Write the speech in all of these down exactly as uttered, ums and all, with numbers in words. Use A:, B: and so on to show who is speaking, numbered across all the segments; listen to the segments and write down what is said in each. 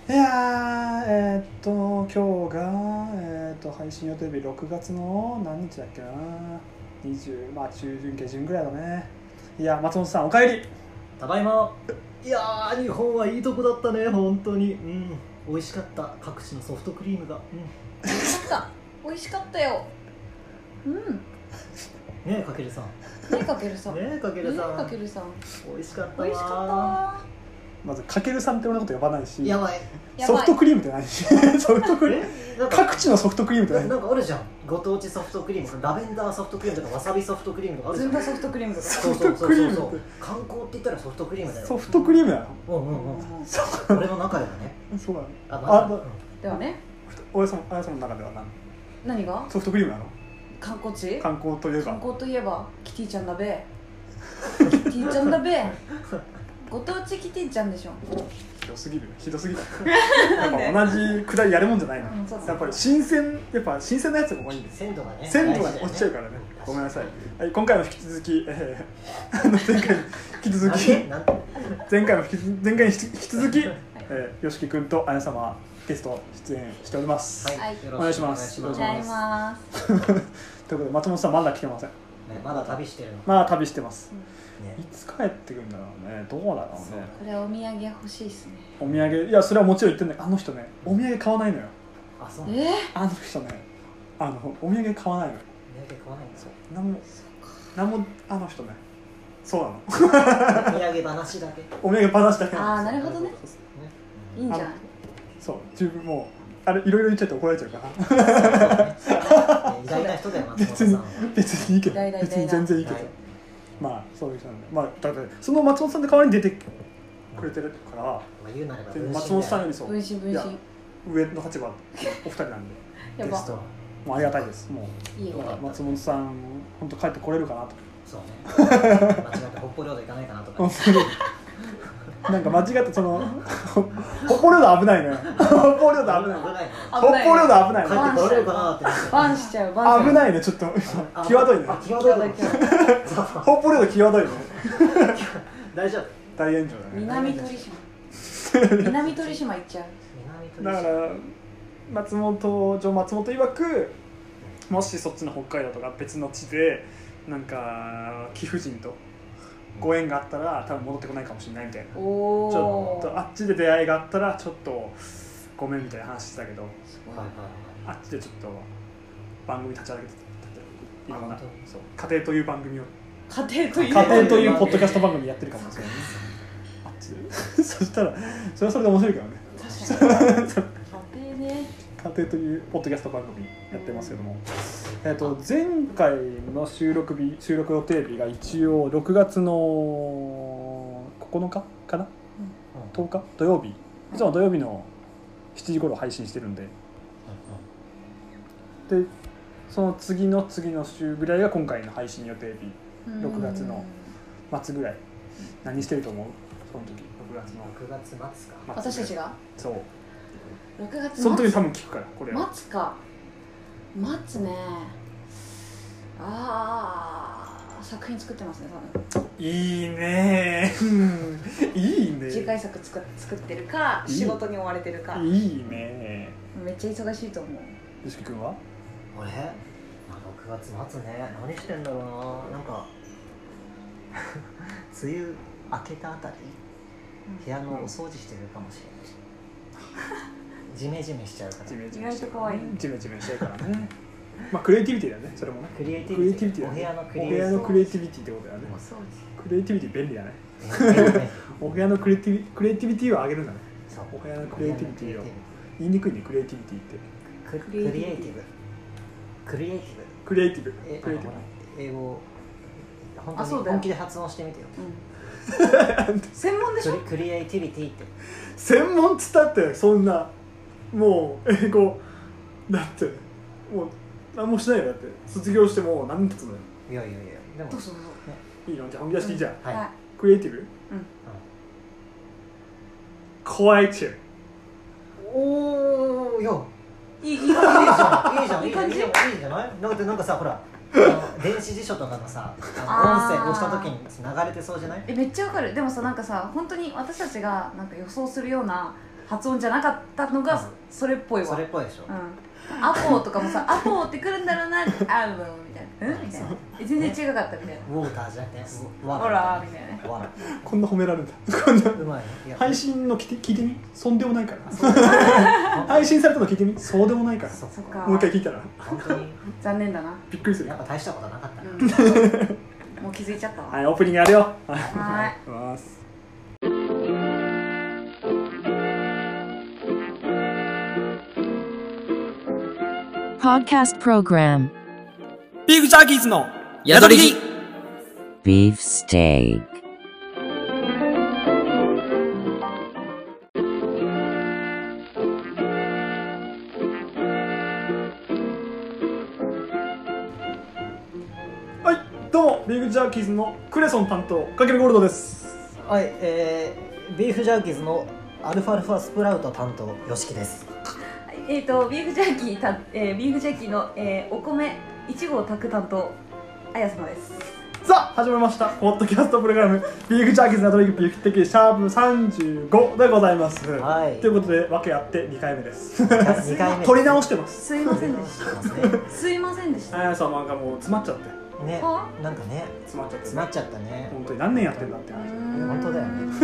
A: いやーえー、っと今日が、えー、っと配信予定日ろくがつの何日だっけな、にじゅう、まあ中旬下旬ぐらいだね。いや松本さんお帰り。
B: ただいま。いやー日本はいいとこだったね本当に。うん美味しかった。各地のソフトクリームが、うん、
C: 美味しかった美味しかったよ。うん
B: ねえかけるさん
C: ねえかけるさん
B: ねえかけるさん
C: ねえかけるさん
B: 美味しかったわ。
C: 美味しかったわ。
A: まずかけるさんって俺のこと呼ばないし、
B: やばい
A: ソフトクリームって何ソフトクリーム
B: えなんか
A: 各地のソフトクリームって
B: な
A: 何。
B: なんかあるじゃん。ご当地ソフトクリーム、ラベンダーソフトクリームとかわさびソフトクリームとかあるじゃん。
C: ずんだソフトクリームとか
B: そうそうそう
A: ソフトクリーム
B: そうそう。観光って言ったらソフトクリームだよ。
A: ソフトクリームなの。
B: うんうんうん。
A: そう
B: 俺の中ではね。
A: そうなの。
B: あ、
A: あ
B: まあ、
A: だ
C: ではね、
A: 俺そのあやさんの中では何
C: 何が
A: ソフトクリームなの。
C: 観光地
A: 観光といえば
C: 観光といえばキティちゃんだべキティちゃんだべご当地キティちゃんでしょ。
A: ひどすぎるひどすぎるやっぱ同じくだりやるもんじゃないの、
C: うんそうそう
A: やっぱり新鮮やっぱ新鮮なやつが多いんです。
B: 鮮度がね。
A: 鮮度が落ちちゃうからね。ごめんなさい。はい、今回も引き続き、えー、あの前回に引き続き
B: なんで
A: 前回も引き前回に引き続き、えー、よしきくんとあや様ゲスト出演しております。
B: はい、
C: はい
B: よろしく
A: お願いします
B: お願いしま
C: お願いします
A: ということで松本さんまだ来てません。
B: す。ね、まだ旅してるの。
A: まだ旅してます。
B: ね
A: いつ帰ってくるんだろうね。どうだろうね。
C: これお土産欲しいっすね。
A: お土産いやそれはもちろん言ってんだけど、あの人ねお土産買わないのよ。
B: あ、そう。
C: え
A: あの人ねあのお土産買わないのよ。
B: 土産買わないんですよ。
A: なんもなんもあの人ねそうなの
B: お土産話だけ。
A: お土産話だけ
C: あ
A: なの。
C: あなるほどね。
B: ね
C: いいんじゃない。
A: そう十分もうあれいろいろ言っちゃって怒られちゃうから
B: 意外な人だよ松本
A: 別に
B: さんは。
A: 別にいいけど
C: 大々
A: 別に全然いいけど、
B: はい
A: まあそういう人なんでまあだってその松本さんの代わりに出てくれてるから
B: まあ言うなれば分身だよ。
A: 松本さんよりそう
C: 分身分
A: いや
C: 身
A: 上の立場お二人なんで
C: やば
B: ゲストは
A: もうありがたいです。もう
C: いいよ
A: だから松本さん本当帰ってこれるかなと
B: そうね。間違って北方領土行かないかなとかね。
A: なんか間違ってその北方領土危ないのよ北方領土危ない
B: 危ないね。
A: 北方領土危ない
B: 帰
A: の
B: ってこられるかなってなって。
C: バンしちゃうバンしちゃう。
A: 危ないねちょっと
B: あ
A: 際どいね
B: あ際どいの。
A: 北方領土際どいね
B: 大丈夫。
A: 大炎上だね。
C: 南鳥島南鳥島行っちゃう。
B: 南鳥島
A: だから松本城松本曰くもしそっちの北海道とか別の地でなんか貴婦人とご縁があったら多分戻ってこないかもしれないみたいな。ち
C: おお
A: ょっとあっちで出会いがあったらちょっとごめんみたいな話してたけど、
B: はいはい
A: あっちでちょっと番組立ち上げて今な
B: あ本
A: そう家庭という番組を
C: 家庭という
A: 家庭というポッドキャスト番組やってるかもしれないねあっちでそしたらそれはそれで面白いからね
C: 確かに家庭ね。
A: 家庭というポッドキャスト番組やってますけども、えー、と前回の収録日収録予定日が一応ろくがつのここのかかなとおか土曜日いつも土曜日のしちじ頃配信してるんででその次の次の週ぐらいが今回の配信予定日ろくがつの末ぐらい何してると思うその時ろくがつの
B: ろくがつ末か。
A: 末
C: 私たちが
A: そう
C: ろくがつ
A: その時に多分聞くからこれは
C: 待つか待つね。ああ作品作ってますね多分。
A: いいねうんいいね
C: 次回作作作ってるか
A: いい
C: 仕事に追われてるか。
A: いいね
C: めっちゃ忙しいと思う。
A: よしきくんは
B: 俺、まあ、ろくがつ末ね。何してんだろうな。なんか梅雨明けたあたり部屋のお掃除してるかもしれない。ジメジメしちゃうから。
A: ジメジ
C: 意
A: メしてる
C: 外と可愛い。
A: ジメジメしてるからねまあクリエイティビティだねそれもね
B: クリエイテ
A: クリエイ
B: ィビティ。
A: ティビティだね
B: お部屋のクリエイ
A: お部屋のクリエイティビティってことだよね
C: お掃除。
A: クリエイティビティ便利だね
B: ティブ。
A: お部屋のクリエイティビクリエイティビティを上げるんだね
B: そう
A: お部屋のクリエイティビティを言いにくいねクリエイティビティって
B: ククリエイティブ。クリエイティブ。
A: クリエイティブ
B: え
A: クリエイティ
B: 英語本当
C: あそうだよ
B: に本気で発音してみてよ。
C: うん専門でしょ。
B: クリクリエイティビティって。
A: ブ専門っつったってそんなもう英語だってもう何もしないよだって卒業してもう何年経つのよ
B: いやいやいやでも
C: どうぞどうぞ。
A: いいのじゃあ本気出していいじゃん
B: はい、
C: はい。
A: クリエイティブコアイティブ
B: おおいや
C: いいいい
B: いいじゃんいいじゃんいいじゃんいい
C: いい感じ
B: じゃんいいじゃない。なんかなんかさほらあの電子辞書とかのさあの音声押した時に流れてそうじゃない。
C: えめっちゃわかる。でもさなんかさ本当に私たちがなんか予想するような発音じゃなかったのがそれっぽいわ。
B: それっぽいでしょ、
C: うんアポーとかもさ、アポーってくるんだろうな、アームみたいな、うんみたいな、全然違かったみたいな。
B: ウォーターじゃなくて
C: ほらみたいなね。
B: わら
A: こんな褒められるんだ。こんな
B: うまいね。いや
A: 配信の聞いて聞いてみ、そんでもないから配信されたの聞いてみ、そうでもないから。
B: そっ
C: そっ
B: か
C: か。
A: もう一回聞いたら
B: 本当に
C: 残念だな。
A: びっくりする
B: やっぱ大したことなかったな、
C: うんもう気づいちゃったわ。
A: はい、オープニングやるよ。はい
C: はい。
A: お願いします。
D: Podcast Program
A: ビーフジャーキーズの宿り木。
D: Beef Steak
A: はい、どうもビーフジャーキーズのクレソン担当かけるゴールドです。
B: はい、えー、ビーフジャーキーズのアルファルファスプラウト担当よしきです。
C: えっとビーフジャーキーた、えー、ビーフジャーキーの、えー、お米いち号炊く担当あやさまです。
A: さあ始まりましたポッドキャストプログラムビーフジャーキーズの宿り木ビーフ的シャープさんじゅうごでございます。
B: はい
A: ということで訳あってにかいめです。
B: にかいめ
A: 取り直してます。
C: すいませんでした
B: ますね。
C: すいませんでした。
A: あやさまがもう詰まっちゃって
B: ね
C: は、
B: なんかね
A: 詰まっちゃって
B: 詰まっちゃったね。
A: 本当に何年やってんだって話。
B: 本当だよね。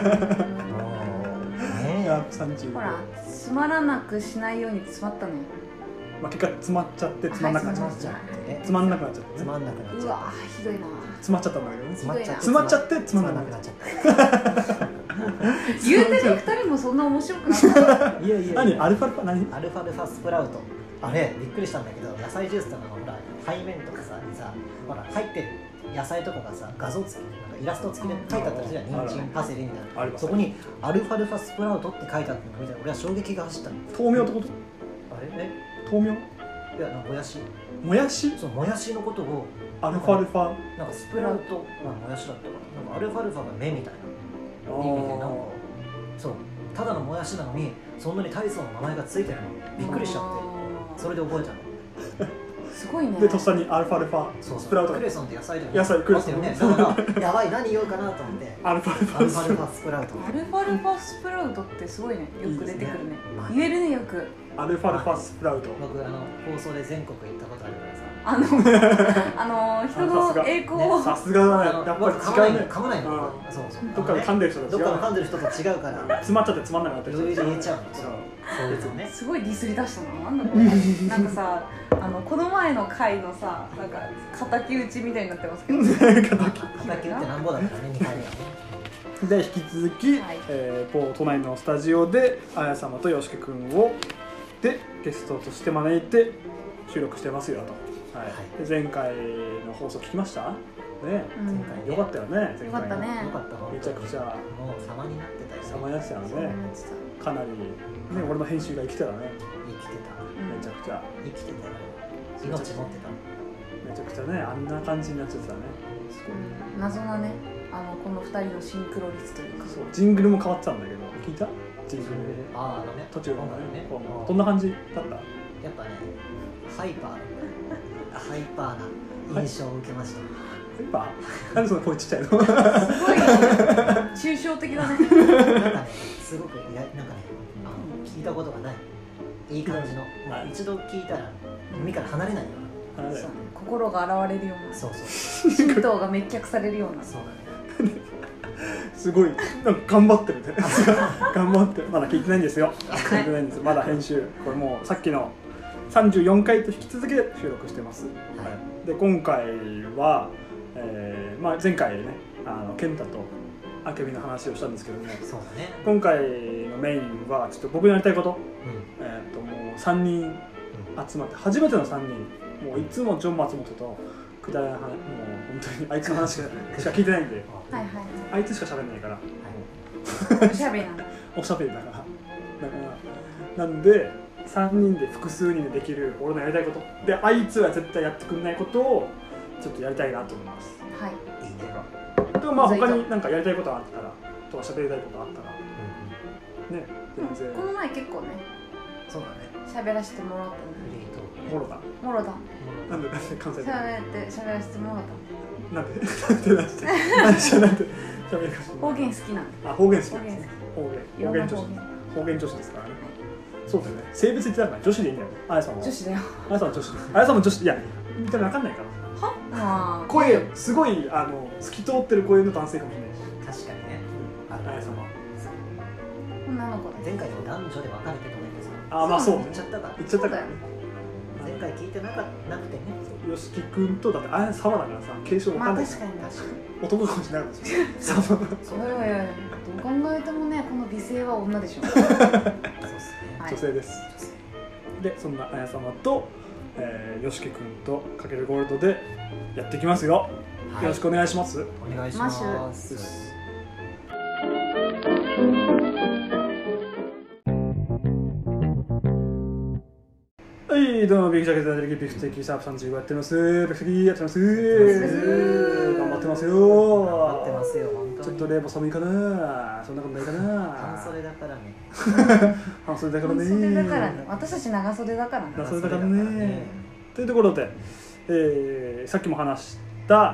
A: シャー
B: ね
A: プさんじゅうご。
C: ほらつまらなくしないように詰まったのよ。
A: まあ結果詰まっちゃってつまんなくなっちゃった。
B: 詰まっちゃってね。
A: つまんなくなっちゃったね。
B: つまんなくなっちゃっ
C: うわひどいな。
A: 詰まっちゃったんだけどね。
B: た。詰まっちゃって
A: 詰まっちゃってつ
B: つまん
A: まんなくなっ
B: なくなっ
A: ちゃっ
B: ちゃった。
C: 言うてねふたりもそんな面白くなかった。
B: いやいや
A: た。何アルファルファ何？
B: アルファルファスプラウト、あれびっくりしたんだけど、野菜ジュースとかのほら背面とかさにさ、ほら入ってる野菜とかがさ画像付きなんかイラスト付きで書いてあったりするじゃん。人参パセリみたいな、
A: あります
B: そこにアルファルファスプラウトって書いてあったのを見て俺は衝撃が走ったの。
A: 豆苗ってこと？
B: あれえ
A: 豆苗？
B: いやなんかもやし、
A: もやし？
B: そうもやしのことを
A: アルファルファ。
B: なんかスプラウト、まあ、もやしだったからなんかアルファルファが目みたいな意味でなんかそうただのもやしなのにそんなに大層の名前がついてるのびっくりしちゃってそれで覚えたの。
C: すごいね。
A: でとっさにアルファルファ
B: そう
A: スプラウト
B: クレソンって野菜だよね。
A: 野菜クレソン
B: 合ってるよね。だからやばい何言おうかなと思って
A: アルファルフ
B: アル
A: ァスプラウ
B: ファルファスプラウト
C: アルファルファスプラウトってすごいね。よく出てくるね。
B: いいですね
C: 言えるねよく。
A: ト。アルファルファスプラウト。
B: 僕あの放送で全国行ったことあるからさ
C: あのあの人の栄光を、
A: さすがだね。
B: あの
A: やっぱり
B: 僕噛まない
A: 違うね。
B: 噛まないの
A: うん
B: 僕そうそう
A: どっかで噛んでる人と違う。
B: どっかで噛んでる人と違うから
A: 詰まっちゃってつまんなくなってる
B: 余裕で言えちゃうの。
A: そう。
B: そうですよね。
C: すごいディスり出したな。なんだこれ。なんかさ、あのこの前の回のさ、なんか敵討ちみたいになってますけど。
B: 敵ってなんぼだからねにかいめはね。
A: で引き続き、
C: はい
A: えー、某都内のスタジオであや様とよしきくんをでゲストとして招いて収録してますよと、はい
B: はい
A: で前回の放送聞きましたね、
C: うん
B: 前回ね
A: よかったよね前回
C: よかったね
B: よかった本当に
A: めちゃくちゃ
B: もう様になってたよね。
A: 様やつや
C: そうな
A: ね
C: んですよ
A: かなりね俺の編集が生きてたね
B: 生きてた
A: めちゃくちゃ
B: 生きてたよ。命持ってた。
A: めちゃくちゃねあんな感じになっちゃってたね
C: うん謎なね、あのこのふたりのシンクロ率というか。
A: そうジングルも変わってたんだけど聞いたジングル
B: あああのね
A: 途中の
B: 音楽ね。
A: こう
B: あー
A: どんな感じだった
B: やっぱねハイパーハイパーな印象を受けました。
A: 今なんでそんな声ちっちゃいの
C: すごい抽象的だね。
B: なんかねすごくいやなんかねあの聞いたことがないいい感じの、まあ、一度聞いたら耳から離れないよう
A: あれだよ
C: そうね心が現れるような、
B: な。そうそう
C: 神道が滅却されるような。
B: そうだね。
A: すごいなんか頑張ってるね頑張ってまだ聞いてないんですよ聞いてないんですまだ編集これもうさっきのさんじゅうよんかいと引き続きで収録してます、はい、で今回は、えーまあ、前回ねあの健太とあけみの話をしたんですけども
B: そうだね。
A: 今回のメインはちょっと僕のやりたいこと、
B: うん
A: えー、ともうさんにん集まって初めてのさんにんもういつもジョン松本とくだらない話もう本当にあいつの話しかしか聞いてないんで
C: はいはい。
A: あいつしか喋んないから
C: おしゃべりなんだ。
A: おしゃべりだからだからなんでさんにんで複数人でできる俺のやりたいことであいつは絶対やってくんないことをちょっとやりたいなと思います
C: はい。
B: いいね。
A: でもまあ他になんかやりたいことがあったらとか喋りたいことがあったらね全然
C: この前結構ね
B: そうだね。
C: 喋らせてもらった
B: フ
C: ね。
B: リートークね。
A: もろだ
C: もろだ。
A: なんでなんで関西弁
C: 喋って喋らせてもらっ
A: なんでなんでなんでなんでなんで喋りかし
C: た。方言好きなんで。
A: あ方言好き
C: 方言好き。
A: 方
C: い
A: 言方言女子
C: ろんな方言。
A: 方方言女子ですからね。そうだよね。性別言ってたから女子でいいんだよ。あやさんは。
C: 女子だよ。
A: あやさんは女子です。あやさんも女子。いや、見たら分かんないから。
C: はまあ
A: 声すごいあの透き通ってる声の男性かもしれないし。
B: 確かにね。
A: あやさんは。
C: 女の子だ。
B: 前回でも男女で分かれてと思ってさ。
A: あ、まあそうね
B: 言っ。ちゃったから。
A: 言っちゃったからね。
B: 前回聞いてなかなくてね。
A: よしきくんとだってあやさまだからさ、継承分かんないから。
C: まあ確かに
B: 確かに。
A: 男かもしれないですよ。そう。
C: おいおいおい、どう考えてもね、この美声は女でしょ。
B: そうっすね。
C: はい
A: 女性です。で、そんなあやさまと、えー、よしきくんとかけるゴールドでやっていきますよ。
B: はい
A: よろしくお願いします。
B: お願いします。
C: マッ
A: はい、どうもビッグジャケットのビフテキシャープさんじゅうごやってます。ビフテキやってます。頑張ってますよ。
B: 頑張ってますよ、本当に。
A: ちょっと冷房寒いかな。そんなことないかな。
B: 半袖だからね。
A: 半袖だからね。
C: 半袖だからね。私たち長袖だからね。
A: 長袖だからね。というところで、えー、さっきも話した、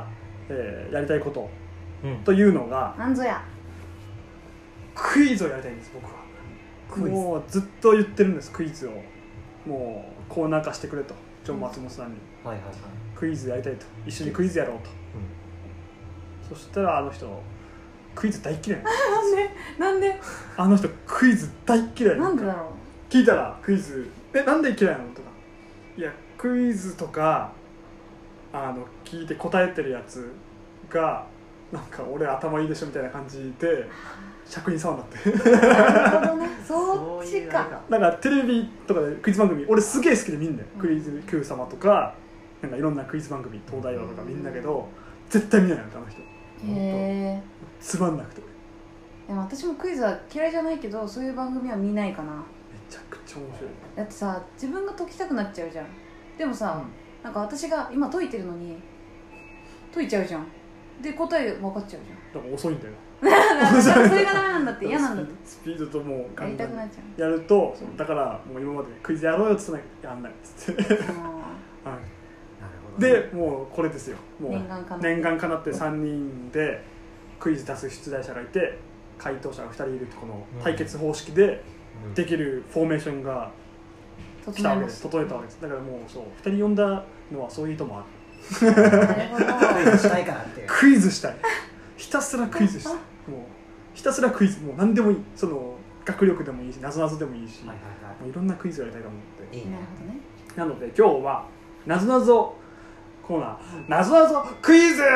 A: えー、やりたいこと
B: うん。
A: というのが
C: なんぞや。
A: クイズをやりたいんです僕は。
B: クイズ
A: もうずっと言ってるんですクイズを。もうコーナー化してくれとジョン松本さんに
B: はいはいはい。
A: クイズやりたいと一緒にクイズやろうと。そしたらあの人クイズ大嫌いなんです。
C: なんで？
A: あの人クイズ大嫌い。
C: なんでだろ
A: 聞いたらクイズえなんで嫌いなのとか、いやクイズとかあの聞いて答えてるやつがなんか俺頭いいでしょみたいな感じで尺に触んなって
C: う。なるほどね。そっちか。
A: なんかテレビとかでクイズ番組俺すげえ好きで見んねん、クイズ Q 様とかなんかいろんなクイズ番組東大王とか見んだけど絶対見ないのあの人。
C: へえ。
A: つまんなくて
C: でも私もクイズは嫌いじゃないけど、そういう番組は見ないかな。
A: めちゃくちゃ面白い。
C: だってさ、自分が解きたくなっちゃうじゃん。でもさ、なんか私が今解いてるのに解いちゃうじゃん。で答え分かっちゃうじゃん。
A: だから遅いんだよ
C: だからそれがダメなんだって、嫌なんだって。
A: スピードともう
C: やりたくなっちゃ
A: やるとそうだからもう今までクイズやろうよっつってないやんないっつって
C: う。
A: はい
B: なるほどね。
A: でもうこれですよもう
C: 念願かなって
A: 念願かなってさんにんでクイズ出す出題者がいて回答者がふたりいるってこの対決方式で
B: うん
A: できるフォーメーションが
C: うん、
A: 来たわけで
C: 整えますす。
A: 整えたわけですだからもうそうふたり呼んだのはそういう意図もある
C: なるほど。
B: クイズしたいからっていう。
A: クイズしたいひたすらクイズしたいもうひたすらクイズもう何でもいいその学力でもいいしなぞなぞでもいいし、
B: はいはいは
A: もういろんなクイズをやりたいと思って
B: い。いいね
C: なる。ほどね。
A: なので今日はなぞなぞコーナーなぞなぞクイズ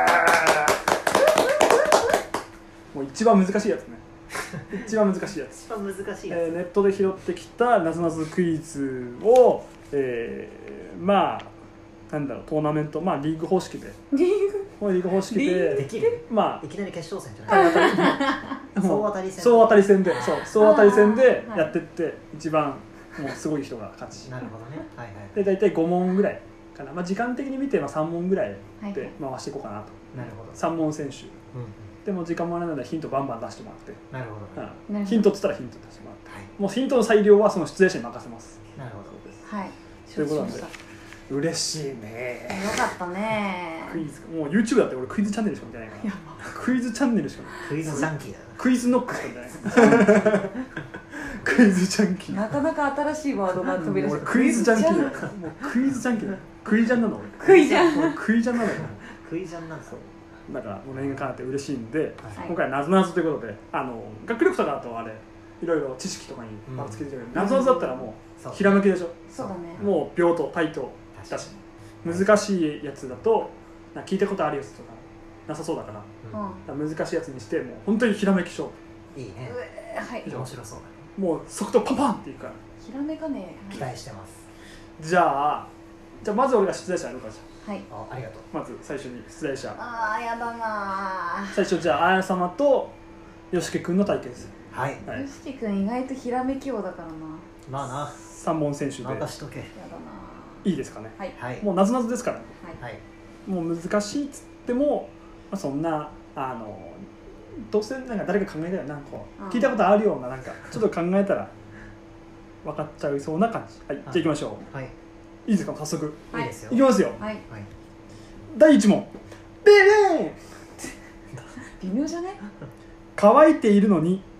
A: もう一番難しいやつね一番難しいやつ、
B: 一番難しいや
A: えーネットで拾ってきたなぞなぞクイズを、えー、まあなんだろうトーナメントまあリーグ方式で
C: リーグ
A: もうリーグ方式
B: つ。で
A: で
B: きる？
A: ま
B: いきなり決勝戦じゃない？
A: あ
B: 総当たり戦。
A: 総当たり戦でそう総当たり戦で
C: あーはい
A: やってって一番もうすごい人が勝ち
B: なるほどね。はいはい。
A: で大体ご問ぐらいかな、まあ、時間的に見てまあさん問ぐらい
C: はい
A: で回していこうかなと、
B: なるほど。
A: さん問選手
B: うん。
A: でも時間もあれなのでヒントバンバン出してもらって、
B: なるほど。は
A: うん
C: なるほど
A: ヒントっつったらヒント出してもらって
B: い。
A: もうヒントの裁量はその出題者に任せます
B: なるほど。
C: はい。
A: ということなんで
C: 承知しまし
A: 嬉しいね
C: た。よかったね。
A: クイズもう YouTube だって俺クイズチャンネルしか見てないからクイズチャンネルしか見てない
B: クイズジャンキーだよ
A: クイズノックしか見てないクイズジャンキー
C: なかなか新しいワードが飛び出して
A: 俺クイズジャンキーだよもうクイズジャンキーだよクイジャンなの俺
C: クイジャン
A: 俺クイジャンなのよ
B: な。クイジャンなんですよ。
A: だからもう念願かなって嬉しいんで、
B: はい
A: 今回はなぞなぞということであの学力とかだとあれいろいろ知識とかにばらつけてるけど、なぞなぞだったらも
B: そう
A: うひらめきでしょ
C: そうだね。
A: もう秒と対等
B: 確か
A: だし難しいやつだとなんか聞いたことあるやつとかなさそうだから
C: うん。
A: だから難しいやつにしてもう本当にひらめき勝負
B: に。いいね。
C: えはい。
B: 面白そうだね。
A: もう即答パンパンっていくから
C: ひらめかね。
B: 期待してます。
A: じゃあじゃあまず俺が出題者やろうかじゃ
C: はい。
B: あ、ありがとう。
A: あまず最初に出題者
C: ああ、やだな
A: 最初じゃああや様とよしきくんの対決、
B: はい。
A: はい
C: ー。よしきくん意外とひらめき王だからな。
B: まあな。
A: さん問選手で
B: 任しとけ。
C: やだない
A: いですかね
C: はい。
B: はい。
A: もうなぞなぞですから
C: はい。
B: はい。
A: もう難しいっつっても、まあ、そんなあのどうせなんか誰か考えたらなんか
C: うん
A: 聞いたことあるようななんかちょっと考えたら分かっちゃいそうな感じ。はい、じゃあ行きましょ
B: はい。
A: う。いいですか早速。
C: はい
B: いいですよ。
A: いきますよ。
C: はい。
B: はい。
A: だいいち問。ベレーン
C: 微妙じゃね？
A: 乾いているのに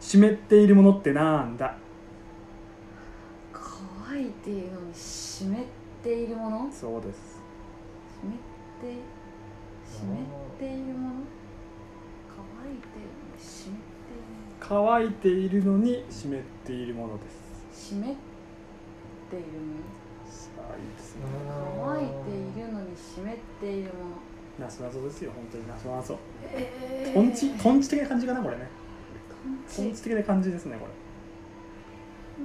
A: 湿っているものってなんだ。
C: 乾いているのに湿っているもの。
A: そうです。
C: 湿って湿っているもの。乾いているのに湿っているもの。
A: 乾いているのに湿っているものです。
C: 湿っているもの。
A: さあいいですね。
C: 乾いているのに湿っているもの。
A: なぞなぞですよ、本当になぞなぞ。
C: えー、
A: トンチトンチ的な感じかなこれね。
C: トンチ。
A: トンチ的な感じですねこれ。
C: うー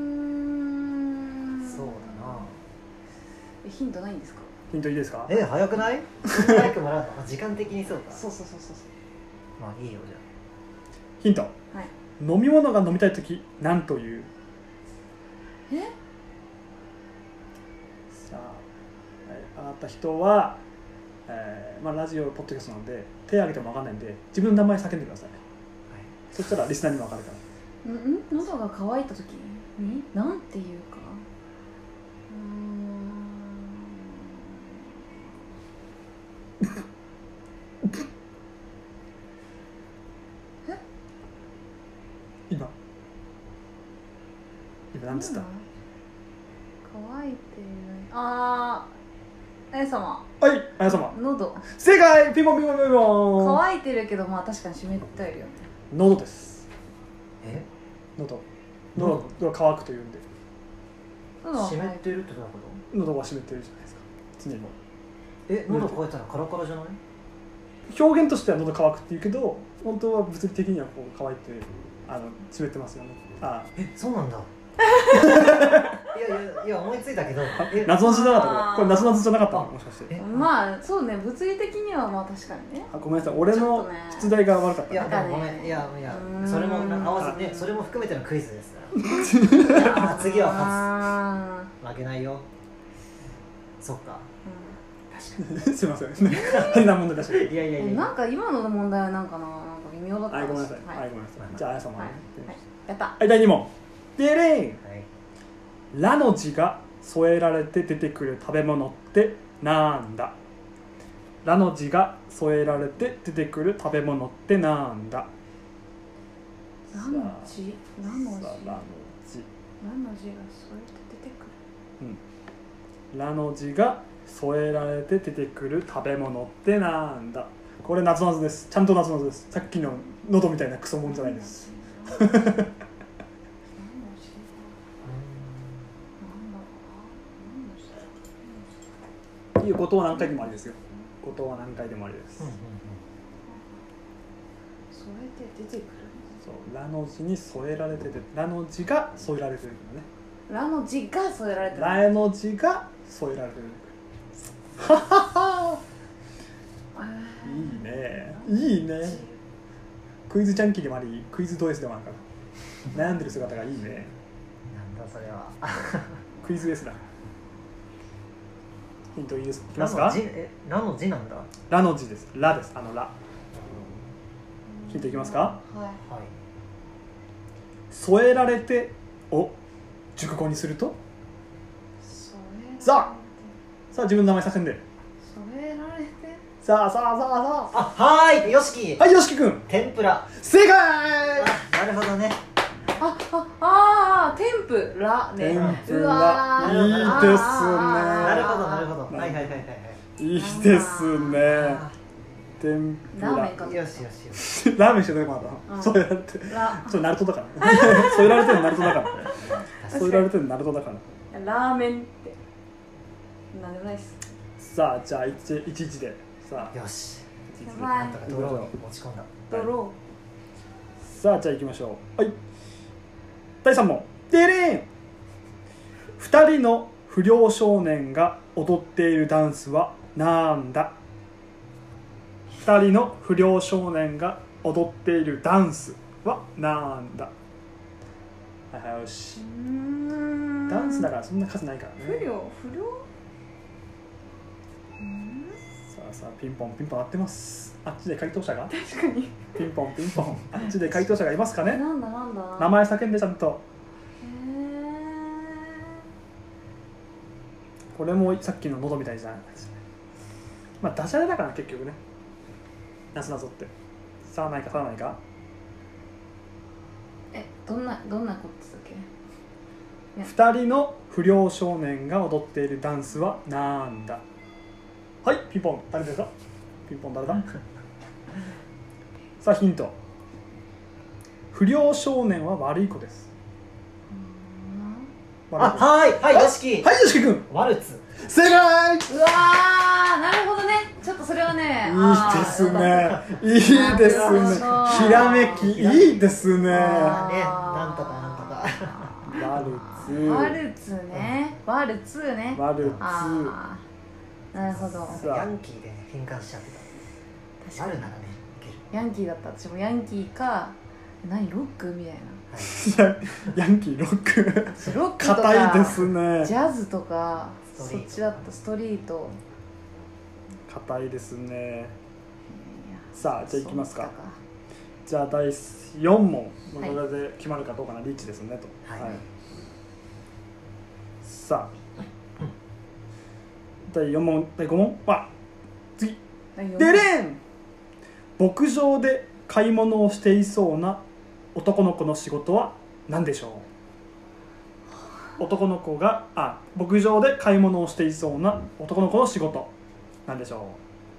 C: ん。
B: そうだな。
C: えヒントないんですか。
A: ヒントいいですか。
B: え早くない？早くもらうの。時間的にそうか。
C: そうそうそうそうそう。
B: まあいいよじゃ
A: ヒント。
C: はい。
A: 飲み物が飲みたいとき何という。
C: え？
A: さあ、はい、上がった人は、えーまあ、ラジオポッドキャストなんで手を挙げても分かんないんで自分の名前叫んでください。
B: あ。はい。
A: そしたらリスナーにも分かるから。
C: んん喉が渇いた時になんていうか。うーん。
A: 今今なんつった。
C: 乾いている。あー、あや様。
A: はいあや様
C: 喉。
A: 正解。ピンポンピンポンピンポン。
C: 乾いてるけどまあ確かに湿ってはいるよね。
A: 喉です。
B: え？
A: 喉喉喉が乾くというんで
C: 喉は
B: 湿ってるってどういうこ
A: 喉が湿ってるじゃないですか常にも。
B: と？え喉乾いたらカラカラじゃない？
A: 表現としては喉乾くって言うけど本当は物理的にはこう乾いてあの湿ってますよね。あ
B: えそうなんだ。いやいやいや思いついたけど。え
A: 謎の図じゃなかった
C: あー
A: これ。これ謎の図じゃなかったのもしかして。
B: え
C: まあそうね、物理的にはまあ確かにね。
A: あごめんなさい俺の
C: ちょっとね
A: 出題が悪かった
B: いや
A: な。
B: でもごめんいやいや
C: うーん
B: それもな合わせてそれも含めてのクイズですからいやー次は
C: あ
B: 勝つ負けないよ。そっか
C: ーうん
B: 確か
A: すいません変な問題出して
B: にいやいやいやいや
C: えなんか今の問題はなんかな、なんか微妙だった
A: はいごめんなさい
C: は
A: はいごめんなさいじゃああや様ね
C: はいはいやった。
A: はいだいに問デレーン
B: はい
A: ラの字が添えられて出てくる食べ物ってなんだ。ラの字が添えられて出てくる食べ物ってなんだ。
C: ラの字、ラの字、
A: さあラの字
C: ラの字がそうやって出てくる。
A: ラの字が添えられて出てくる食べ物ってなんだ。これ夏の謎です。ちゃんと夏の謎です。さっきの喉みたいなクソもんじゃないです。
C: ラの字、ラの字、なんだろうな、ラの字。
A: いうことは何回でもありですよ。ことは何回でもありです。
B: うんうん
C: そうやって出てくる。
A: そうラの字に添えられててラの字が添えられてるのね。
C: ラの字が添えられてる。
A: ラの字が添えられてる。ははは。いいね。いいね。クイズジャンキーでもあり、クイズド S でもあるから悩んでる姿がいいね。
B: なんだそれは。
A: クイズ S だ。ヒントいいですいき
B: ラ
A: ますか。
B: の字えラの字なんだ。は
A: ラの字です。ラです。あのラ。ヒントいきますか。
C: はい。
B: い。
A: 添えられてを熟語にすると。
C: 添え
A: ささあ自分の名前叫んで。
C: 添えられて。
A: さあさあさあさ
B: あはーいよしき。
A: あ。はいよしきくん。
B: 天ぷら。
A: 正解。
B: あなるほどね。
C: ああああ天ぷらね。
A: 天ぷ
C: うわ
A: ら。
C: ー
A: いいですね。
B: なるほどなるほど。はいはいはいはい
A: いいですね。
B: は
A: 天ぷら。
C: ラーメンか
B: い。よしよしよし。
A: ラーメンしてないまだ。
C: うん
A: 添えられて。
C: ラ
A: それナルトだから。添えられてるナルトだから。添えられてるナルトだから。
C: ラーメンってなんでもないっす。
A: さあじゃあ一一一で。さあ
B: よし。
A: 一一で。
C: やばい
B: なんとか道路に持ち込んだ。
C: ドロ
A: さあじゃあ行きましょう。はい。だいさん問。デレーン。二人の不良少年が踊っているダンスはなんだ。二人の不良少年が踊っているダンスはなんだ。はいはいよし
C: ー。う。ーん
A: ダンスだからそんな数ないからね。
C: 不良不良。うん
A: さあさあピンポンピンポン鳴ってます。あっちで回答者が
C: 確かに。
A: ピンポンピンポンあっちで回答者がいますかね。
C: なんだなんだ。
A: 名前叫んでちゃんと。
C: へー
A: これもさっきの喉みたいじゃないですね。まあダジャレだから結局ね。なぞなぞって。さあないかさあないか。
C: どんなどんなことだっけ。
A: ふたりの不良少年が踊っているダンスはなんだ。はい、ピンポン誰ですか。ピンポン誰ださあヒント。不良少年は悪い子です。
B: あ、はいはい、よしき。
A: はい、よしきくん
B: ワルツ。
A: 正解。
C: うわー、なるほどね。ちょっとそれはね、
A: いいですね、いいですね、ひらめきいいですね。
B: あーね、なんとかなんとか。
A: ワルツ
C: ワルツね、ワルツね。
A: ワルツ。
C: あー、なるほど。
A: さあ
B: ヤンキーで変換しちゃってた。あるならね、いける。
C: ヤンキーだった。私もヤンキーか何ロックみたいな。
A: ヤンキーロック
C: ロックとか
A: 硬いですね。
C: ジャズとか
B: ストリート
C: そっちだったストリート。
A: 硬いですね。
C: いや
A: さあじゃあいきますか。
C: そう
A: じゃあだいよん問、
C: はい
A: これで決まるかどうかな、リーチですねと。
B: はい
A: さあだいよん問だいご問は次
C: 第四問
A: でれん。牧場で買い物をしていそうな男の子の仕事は何でしょう。男の子があ牧場で買い物をしていそうな男の子の仕事何でしょう。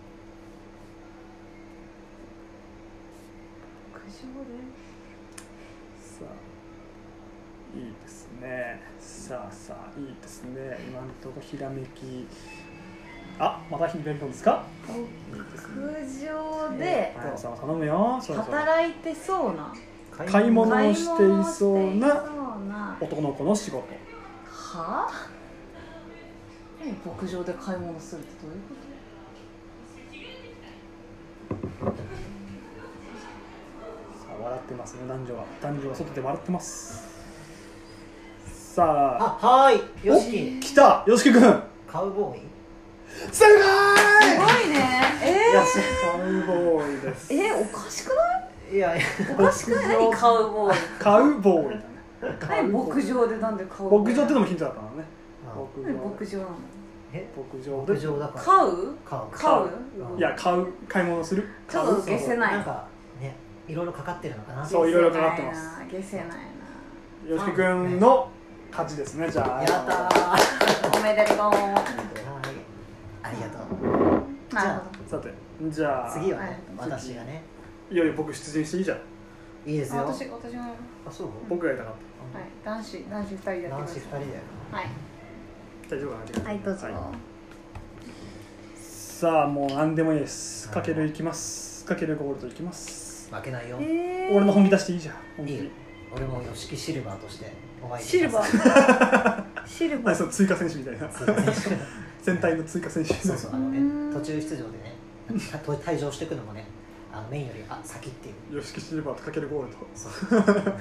C: 牧場で
A: さあいいですね。さあさあいいですね。今のところひらめき。あ、またひらめきですか。いいですね。
C: 牧場で
A: お父さん頼むよ。そろそろ
C: 働いてそうな
A: 買い物をしていそうな
C: 買い物をしていそうな
A: 男の子の仕事。
C: はあ、何牧場で買い物するってどういうこ
A: さあ笑ってますね、男女は男女は外で笑ってます。さあ
B: あ、はーい、よしき。
A: 来た、よしきくん
B: カウボーイ。
A: 正解。
C: と。すごいね。え
A: よしカウボーイです。
C: ー、えー、おかしくない
B: いやいや、
C: おかしくない何カウボーイ。
A: カウボーイ
C: 何牧場でなんでカウボーイ。
A: 牧場ってのもヒントだったのね。牧
C: 何
A: 場
C: 牧場なの。
B: え、
A: 牧場で
B: 牧場だから。
C: 買う
B: 買う。
C: 買う
B: うん
A: いや買う買い物する
C: ちょっと
A: 買う
C: 消せない
B: なんかね、いろいろかかってるのかな。
A: そういろいろかかってます。
C: 消せないな。
A: よしきくんの勝ちですね。じゃあ
B: やったー。
C: おめでとう。
B: はい、ありがとう。
C: なるほ
A: さてじゃあ
B: 次はね、
C: はい
B: 私がね。
A: いよいよ僕出演していいじゃん。
B: いいですよ。
C: ど。私私もはい
B: あ、そう。
A: 僕がやりたかっ
C: 男子男子二人でやってください。
B: 男子二人だよ。
C: はい
A: た。大丈夫かな。
C: はいどうぞ。
A: はいさあもう何でもいいです。かけるいきます。かけるゴールドいきます。
B: 負けないよ。
C: えー
A: 俺の本気出していいじゃん。本気
B: いいよ。俺もヨシキシルバーとしてお会い
C: シルバ
B: ー。
C: ーシルバー。
A: 何その追加選手みたいな。全体の追加選手。
B: そうそう、あの
C: うー
B: ね、
C: ん
B: 途中出場でね、た退場していくのもね、あのメインよりあ先っていう。
A: よしきシルバーとかけるゴールド。
B: そう途中参加。